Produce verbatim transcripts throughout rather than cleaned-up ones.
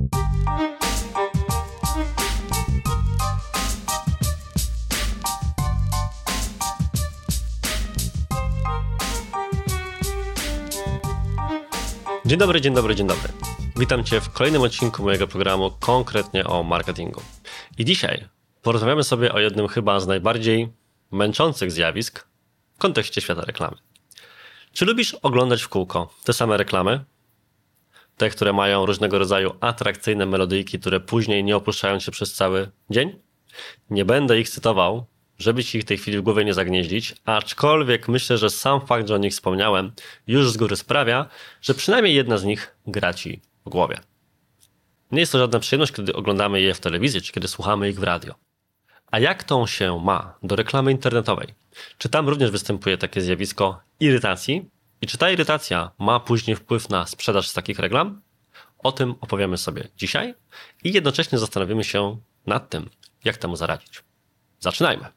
Dzień dobry, dzień dobry, dzień dobry. Witam Cię w kolejnym odcinku mojego programu konkretnie o marketingu. I dzisiaj porozmawiamy sobie o jednym chyba z najbardziej męczących zjawisk w kontekście świata reklamy. Czy lubisz oglądać w kółko te same reklamy? Te, które mają różnego rodzaju atrakcyjne melodyjki, które później nie opuszczają Cię przez cały dzień? Nie będę ich cytował, żeby Ci ich w tej chwili w głowie nie zagnieździć, aczkolwiek myślę, że sam fakt, że o nich wspomniałem, już z góry sprawia, że przynajmniej jedna z nich gra Ci w głowie. Nie jest to żadna przyjemność, kiedy oglądamy je w telewizji, czy kiedy słuchamy ich w radio. A jak to się ma do reklamy internetowej? Czy tam również występuje takie zjawisko irytacji? I czy ta irytacja ma później wpływ na sprzedaż z takich reklam? O tym opowiemy sobie dzisiaj i jednocześnie zastanowimy się nad tym, jak temu zaradzić. Zaczynajmy!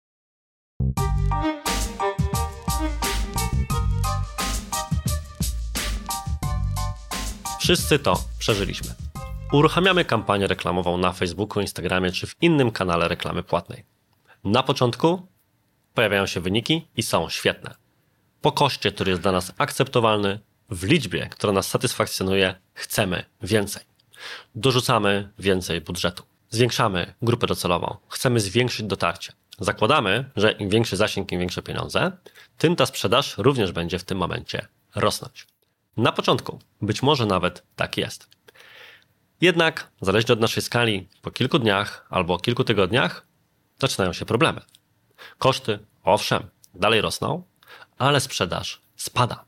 Wszyscy to przeżyliśmy. Uruchamiamy kampanię reklamową na Facebooku, Instagramie czy w innym kanale reklamy płatnej. Na początku pojawiają się wyniki i są świetne. Po koszcie, który jest dla nas akceptowalny, w liczbie, która nas satysfakcjonuje, chcemy więcej. Dorzucamy więcej budżetu. Zwiększamy grupę docelową. Chcemy zwiększyć dotarcie. Zakładamy, że im większy zasięg, im większe pieniądze, tym ta sprzedaż również będzie w tym momencie rosnąć. Na początku być może nawet tak jest. Jednak, zależnie od naszej skali, po kilku dniach albo kilku tygodniach zaczynają się problemy. Koszty, owszem, dalej rosną, ale sprzedaż spada.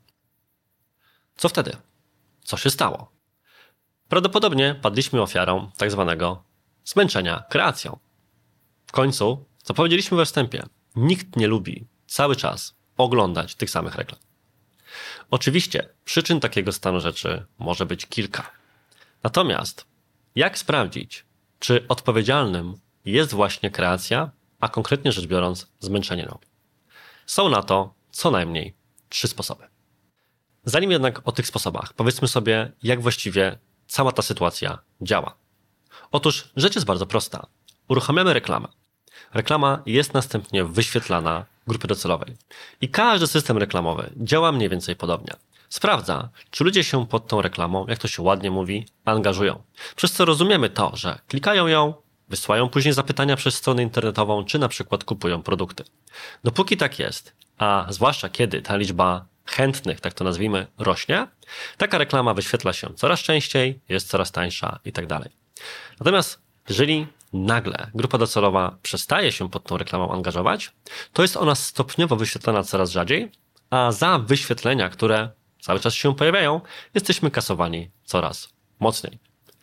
Co wtedy? Co się stało? Prawdopodobnie padliśmy ofiarą tak zwanego zmęczenia kreacją. W końcu, co powiedzieliśmy we wstępie, nikt nie lubi cały czas oglądać tych samych reklam. Oczywiście przyczyn takiego stanu rzeczy może być kilka. Natomiast jak sprawdzić, czy odpowiedzialnym jest właśnie kreacja, a konkretnie rzecz biorąc zmęczenie nią? Są na to co najmniej trzy sposoby. Zanim jednak o tych sposobach, powiedzmy sobie, jak właściwie cała ta sytuacja działa. Otóż rzecz jest bardzo prosta. Uruchamiamy reklamę. Reklama jest następnie wyświetlana grupy docelowej. I każdy system reklamowy działa mniej więcej podobnie. Sprawdza, czy ludzie się pod tą reklamą, jak to się ładnie mówi, angażują. Przez co rozumiemy to, że klikają ją, wysyłają później zapytania przez stronę internetową, czy na przykład kupują produkty. Dopóki tak jest, a zwłaszcza kiedy ta liczba chętnych, tak to nazwijmy, rośnie, taka reklama wyświetla się coraz częściej, jest coraz tańsza i tak dalej. Natomiast jeżeli nagle grupa docelowa przestaje się pod tą reklamą angażować, to jest ona stopniowo wyświetlana coraz rzadziej, a za wyświetlenia, które cały czas się pojawiają, jesteśmy kasowani coraz mocniej.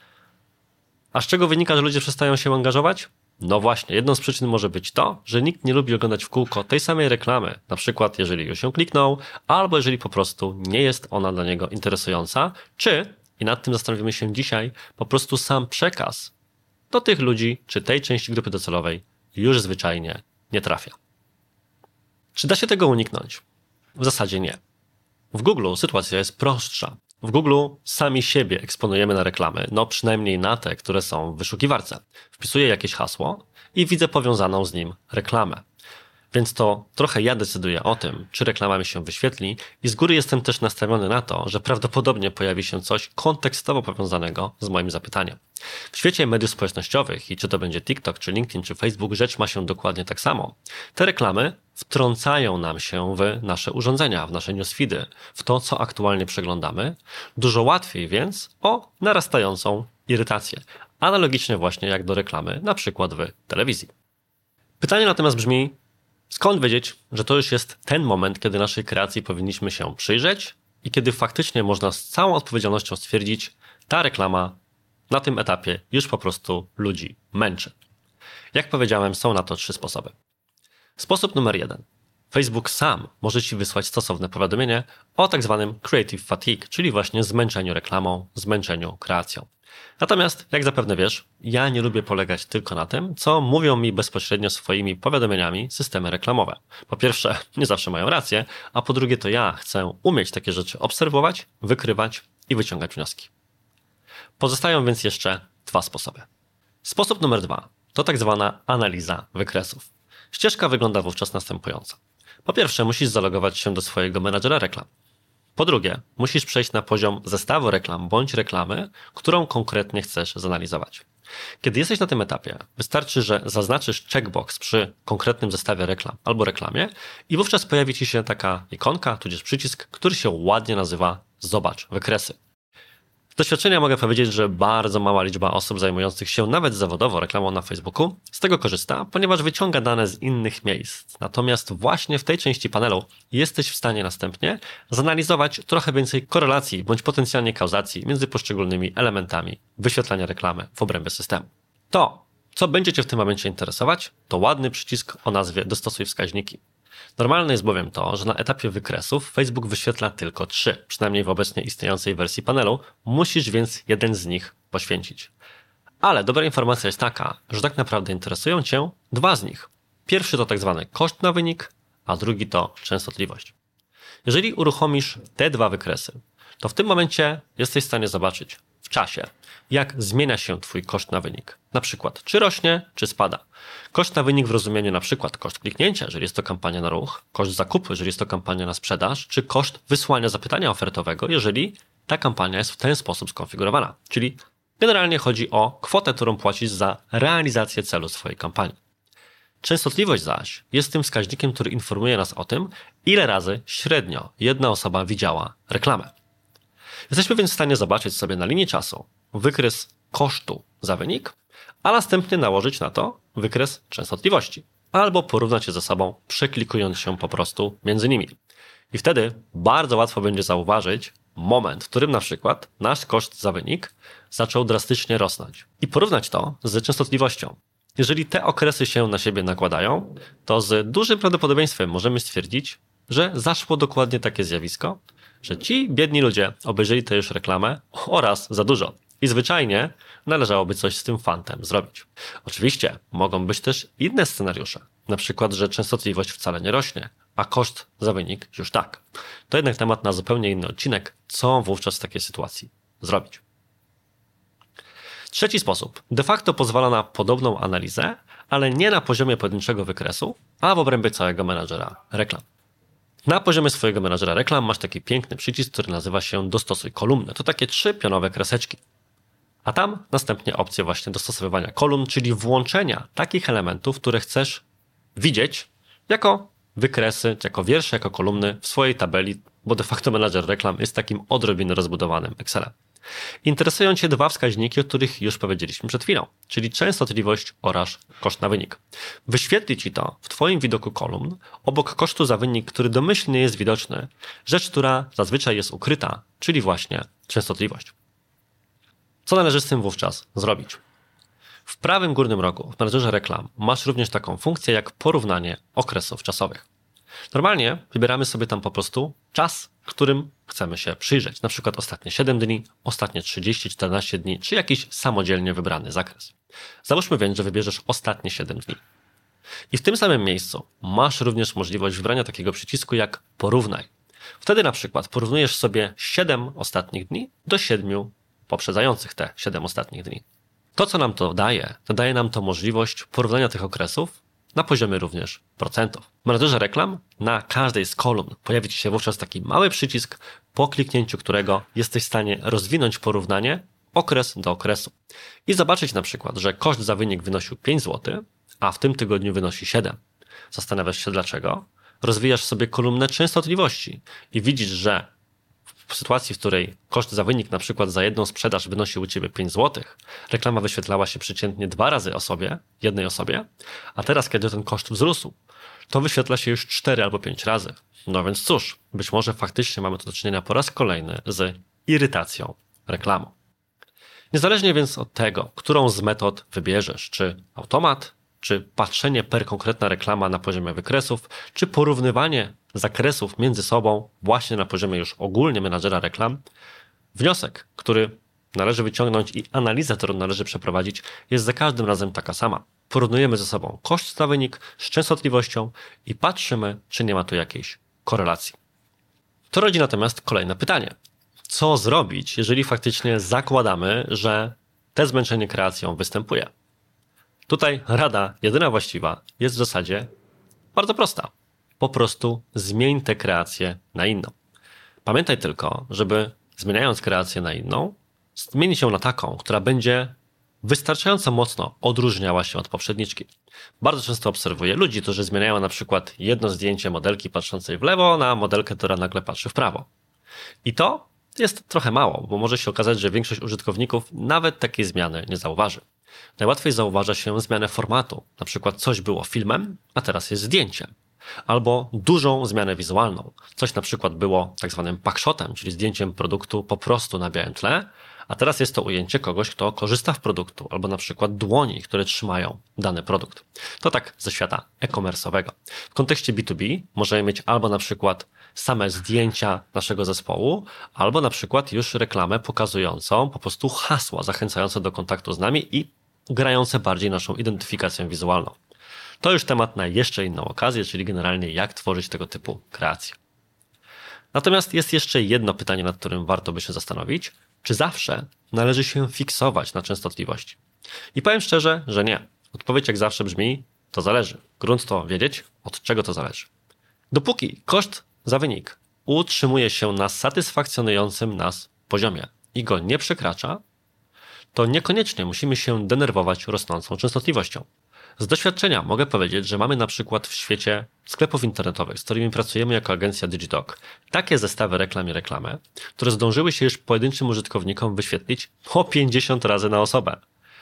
A z czego wynika, że ludzie przestają się angażować? No właśnie, jedną z przyczyn może być to, że nikt nie lubi oglądać w kółko tej samej reklamy, na przykład jeżeli już ją kliknął, albo jeżeli po prostu nie jest ona dla niego interesująca, czy, i nad tym zastanowimy się dzisiaj, po prostu sam przekaz do tych ludzi, czy tej części grupy docelowej już zwyczajnie nie trafia. Czy da się tego uniknąć? W zasadzie nie. W Google sytuacja jest prostsza. W Google sami siebie eksponujemy na reklamy, no przynajmniej na te, które są w wyszukiwarce. Wpisuję jakieś hasło i widzę powiązaną z nim reklamę. Więc to trochę ja decyduję o tym, czy reklama mi się wyświetli i z góry jestem też nastawiony na to, że prawdopodobnie pojawi się coś kontekstowo powiązanego z moim zapytaniem. W świecie mediów społecznościowych, i czy to będzie TikTok, czy LinkedIn, czy Facebook, rzecz ma się dokładnie tak samo. Te reklamy wtrącają nam się w nasze urządzenia, w nasze newsfeedy, w to, co aktualnie przeglądamy. Dużo łatwiej więc o narastającą irytację. Analogicznie właśnie jak do reklamy, na przykład w telewizji. Pytanie natomiast brzmi, skąd wiedzieć, że to już jest ten moment, kiedy naszej kreacji powinniśmy się przyjrzeć i kiedy faktycznie można z całą odpowiedzialnością stwierdzić, ta reklama na tym etapie już po prostu ludzi męczy. Jak powiedziałem, są na to trzy sposoby. Sposób numer jeden. Facebook sam może Ci wysłać stosowne powiadomienie o tak zwanym creative fatigue, czyli właśnie zmęczeniu reklamą, zmęczeniu kreacją. Natomiast, jak zapewne wiesz, ja nie lubię polegać tylko na tym, co mówią mi bezpośrednio swoimi powiadomieniami systemy reklamowe. Po pierwsze, nie zawsze mają rację, a po drugie to ja chcę umieć takie rzeczy obserwować, wykrywać i wyciągać wnioski. Pozostają więc jeszcze dwa sposoby. Sposób numer dwa to tak zwana analiza wykresów. Ścieżka wygląda wówczas następująco. Po pierwsze, musisz zalogować się do swojego menadżera reklam. Po drugie, musisz przejść na poziom zestawu reklam bądź reklamy, którą konkretnie chcesz zanalizować. Kiedy jesteś na tym etapie, wystarczy, że zaznaczysz checkbox przy konkretnym zestawie reklam albo reklamie i wówczas pojawi Ci się taka ikonka, tudzież przycisk, który się ładnie nazywa Zobacz wykresy. Z doświadczenia mogę powiedzieć, że bardzo mała liczba osób zajmujących się nawet zawodowo reklamą na Facebooku z tego korzysta, ponieważ wyciąga dane z innych miejsc. Natomiast właśnie w tej części panelu jesteś w stanie następnie zanalizować trochę więcej korelacji bądź potencjalnie kauzacji między poszczególnymi elementami wyświetlania reklamy w obrębie systemu. To, co będzie Cię w tym momencie interesować, to ładny przycisk o nazwie Dostosuj wskaźniki. Normalne jest bowiem to, że na etapie wykresów Facebook wyświetla tylko trzy, przynajmniej w obecnie istniejącej wersji panelu, musisz więc jeden z nich poświęcić. Ale dobra informacja jest taka, że tak naprawdę interesują Cię dwa z nich. Pierwszy to tak zwany koszt na wynik, a drugi to częstotliwość. Jeżeli uruchomisz te dwa wykresy, to w tym momencie jesteś w stanie zobaczyć w czasie, jak zmienia się Twój koszt na wynik. Na przykład, czy rośnie, czy spada. Koszt na wynik w rozumieniu na przykład koszt kliknięcia, jeżeli jest to kampania na ruch, koszt zakupu, jeżeli jest to kampania na sprzedaż, czy koszt wysłania zapytania ofertowego, jeżeli ta kampania jest w ten sposób skonfigurowana. Czyli generalnie chodzi o kwotę, którą płacisz za realizację celu swojej kampanii. Częstotliwość zaś jest tym wskaźnikiem, który informuje nas o tym, ile razy średnio jedna osoba widziała reklamę. Jesteśmy więc w stanie zobaczyć sobie na linii czasu wykres kosztu za wynik, a następnie nałożyć na to wykres częstotliwości, albo porównać je ze sobą, przeklikując się po prostu między nimi. I wtedy bardzo łatwo będzie zauważyć moment, w którym na przykład nasz koszt za wynik zaczął drastycznie rosnąć i porównać to z częstotliwością. Jeżeli te okresy się na siebie nakładają, to z dużym prawdopodobieństwem możemy stwierdzić, że zaszło dokładnie takie zjawisko, że ci biedni ludzie obejrzeli tę już reklamę oraz za dużo. I zwyczajnie należałoby coś z tym fantem zrobić. Oczywiście mogą być też inne scenariusze. Na przykład, że częstotliwość wcale nie rośnie, a koszt za wynik już tak. To jednak temat na zupełnie inny odcinek, co wówczas w takiej sytuacji zrobić. Trzeci sposób de facto pozwala na podobną analizę, ale nie na poziomie pojedynczego wykresu, a w obrębie całego menadżera reklam. Na poziomie swojego menadżera reklam masz taki piękny przycisk, który nazywa się Dostosuj kolumnę. To takie trzy pionowe kreseczki. A tam następnie opcja właśnie dostosowywania kolumn, czyli włączenia takich elementów, które chcesz widzieć jako wykresy, jako wiersze, jako kolumny w swojej tabeli, bo de facto menadżer reklam jest takim odrobinę rozbudowanym Excelem. Interesują Cię dwa wskaźniki, o których już powiedzieliśmy przed chwilą, czyli częstotliwość oraz koszt na wynik. Wyświetli Ci to w Twoim widoku kolumn, obok kosztu za wynik, który domyślnie jest widoczny, rzecz, która zazwyczaj jest ukryta, czyli właśnie częstotliwość. Co należy z tym wówczas zrobić? W prawym górnym rogu w menadżerze reklam masz również taką funkcję jak porównanie okresów czasowych. Normalnie wybieramy sobie tam po prostu czas, którym chcemy się przyjrzeć, na przykład ostatnie siedem dni, ostatnie trzydzieści czternaście dni, czy jakiś samodzielnie wybrany zakres. Załóżmy więc, że wybierzesz ostatnie siedem dni. I w tym samym miejscu masz również możliwość wybrania takiego przycisku jak porównaj. Wtedy na przykład porównujesz sobie siedem ostatnich dni do siedmiu poprzedzających te siedem ostatnich dni. To, co nam to daje, to daje nam to możliwość porównania tych okresów na poziomie również procentów. W menadżerze reklam na każdej z kolumn pojawi Ci się wówczas taki mały przycisk, po kliknięciu którego jesteś w stanie rozwinąć porównanie okres do okresu. I zobaczyć na przykład, że koszt za wynik wynosił pięć złotych, a w tym tygodniu wynosi siedem. Zastanawiasz się dlaczego? Rozwijasz sobie kolumnę częstotliwości i widzisz, że w sytuacji, w której koszt za wynik na przykład za jedną sprzedaż wynosił u Ciebie pięć złotych, reklama wyświetlała się przeciętnie dwa razy osobie, jednej osobie, a teraz, kiedy ten koszt wzrósł, to wyświetla się już cztery albo pięć razy. No więc cóż, być może faktycznie mamy tu do czynienia po raz kolejny z irytacją reklamą. Niezależnie więc od tego, którą z metod wybierzesz, czy automat, czy patrzenie per konkretna reklama na poziomie wykresów, czy porównywanie zakresów między sobą właśnie na poziomie już ogólnie menadżera reklam, wniosek, który należy wyciągnąć i analiza, którą należy przeprowadzić, jest za każdym razem taka sama. Porównujemy ze sobą koszt za wynik z częstotliwością i patrzymy, czy nie ma tu jakiejś korelacji. To rodzi natomiast kolejne pytanie. co zrobić, jeżeli faktycznie zakładamy, że te zmęczenie kreacją występuje. Tutaj rada jedyna właściwa jest w zasadzie bardzo prosta. Po prostu zmień tę kreację na inną. Pamiętaj tylko, żeby zmieniając kreację na inną, zmienić ją na taką, która będzie wystarczająco mocno odróżniała się od poprzedniczki. Bardzo często obserwuję ludzi, którzy zmieniają na przykład jedno zdjęcie modelki patrzącej w lewo na modelkę, która nagle patrzy w prawo. I to jest trochę mało, bo może się okazać, że większość użytkowników nawet takiej zmiany nie zauważy. Najłatwiej zauważa się zmianę formatu. Na przykład coś było filmem, a teraz jest zdjęciem. Albo dużą zmianę wizualną. Coś na przykład było tak zwanym backshotem, czyli zdjęciem produktu po prostu na białym tle, a teraz jest to ujęcie kogoś, kto korzysta w produktu, albo na przykład dłoni, które trzymają dany produkt. To tak ze świata e-commerce'owego. W kontekście B dwa B możemy mieć albo na przykład same zdjęcia naszego zespołu, albo na przykład już reklamę pokazującą po prostu hasła zachęcające do kontaktu z nami i grające bardziej naszą identyfikacją wizualną. To już temat na jeszcze inną okazję, czyli generalnie jak tworzyć tego typu kreacje. Natomiast jest jeszcze jedno pytanie, nad którym warto by się zastanowić. Czy zawsze należy się fiksować na częstotliwości? I powiem szczerze, że nie. Odpowiedź jak zawsze brzmi, to zależy. Grunt to wiedzieć, od czego to zależy. Dopóki koszt za wynik utrzymuje się na satysfakcjonującym nas poziomie i go nie przekracza, to niekoniecznie musimy się denerwować rosnącą częstotliwością. Z doświadczenia mogę powiedzieć, że mamy na przykład w świecie sklepów internetowych, z którymi pracujemy jako agencja Digidoc, takie zestawy reklam i reklamy, które zdążyły się już pojedynczym użytkownikom wyświetlić o pięćdziesiąt razy na osobę.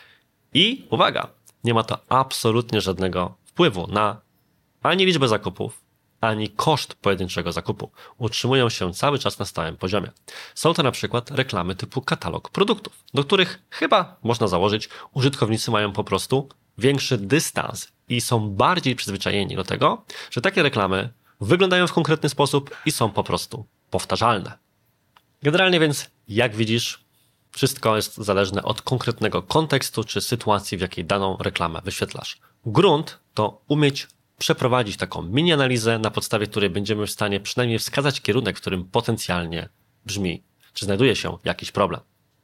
I uwaga, nie ma to absolutnie żadnego wpływu na ani liczbę zakupów, ani koszt pojedynczego zakupu. Utrzymują się cały czas na stałym poziomie. Są to na przykład reklamy typu katalog produktów, do których chyba można założyć, użytkownicy mają po prostu większy dystans i są bardziej przyzwyczajeni do tego, że takie reklamy wyglądają w konkretny sposób i są po prostu powtarzalne. Generalnie więc, jak widzisz, wszystko jest zależne od konkretnego kontekstu czy sytuacji, w jakiej daną reklamę wyświetlasz. Grunt to umieć przeprowadzić taką mini analizę, na podstawie której będziemy w stanie przynajmniej wskazać kierunek, w którym potencjalnie brzmi, czy znajduje się jakiś problem.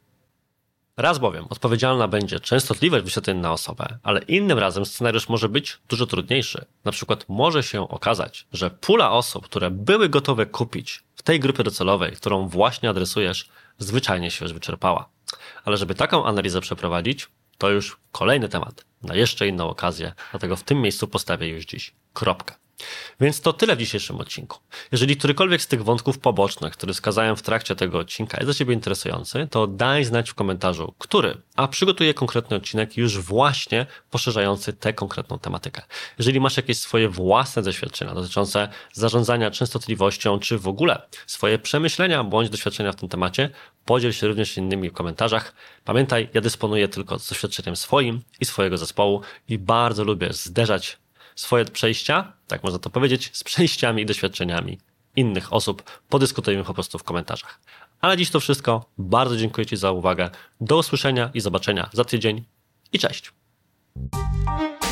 Raz bowiem odpowiedzialna będzie częstotliwość wyświetleń na osobę, ale innym razem scenariusz może być dużo trudniejszy. Na przykład może się okazać, że pula osób, które były gotowe kupić w tej grupie docelowej, którą właśnie adresujesz, zwyczajnie się już wyczerpała. Ale żeby taką analizę przeprowadzić, to już kolejny temat na jeszcze inną okazję, dlatego w tym miejscu postawię już dziś kropkę. Więc to tyle w dzisiejszym odcinku. Jeżeli którykolwiek z tych wątków pobocznych, które wskazałem w trakcie tego odcinka, jest dla Ciebie interesujący, to daj znać w komentarzu, który, a przygotuję konkretny odcinek już właśnie poszerzający tę konkretną tematykę. Jeżeli masz jakieś swoje własne doświadczenia dotyczące zarządzania częstotliwością, czy w ogóle swoje przemyślenia bądź doświadczenia w tym temacie, podziel się również innymi w komentarzach. Pamiętaj, ja dysponuję tylko z doświadczeniem swoim i swojego zespołu i bardzo lubię zderzać swoje przejścia, tak można to powiedzieć, z przejściami i doświadczeniami innych osób. Podyskutujemy po prostu w komentarzach. Ale dziś to wszystko. Bardzo dziękuję Ci za uwagę. Do usłyszenia i zobaczenia za tydzień i cześć.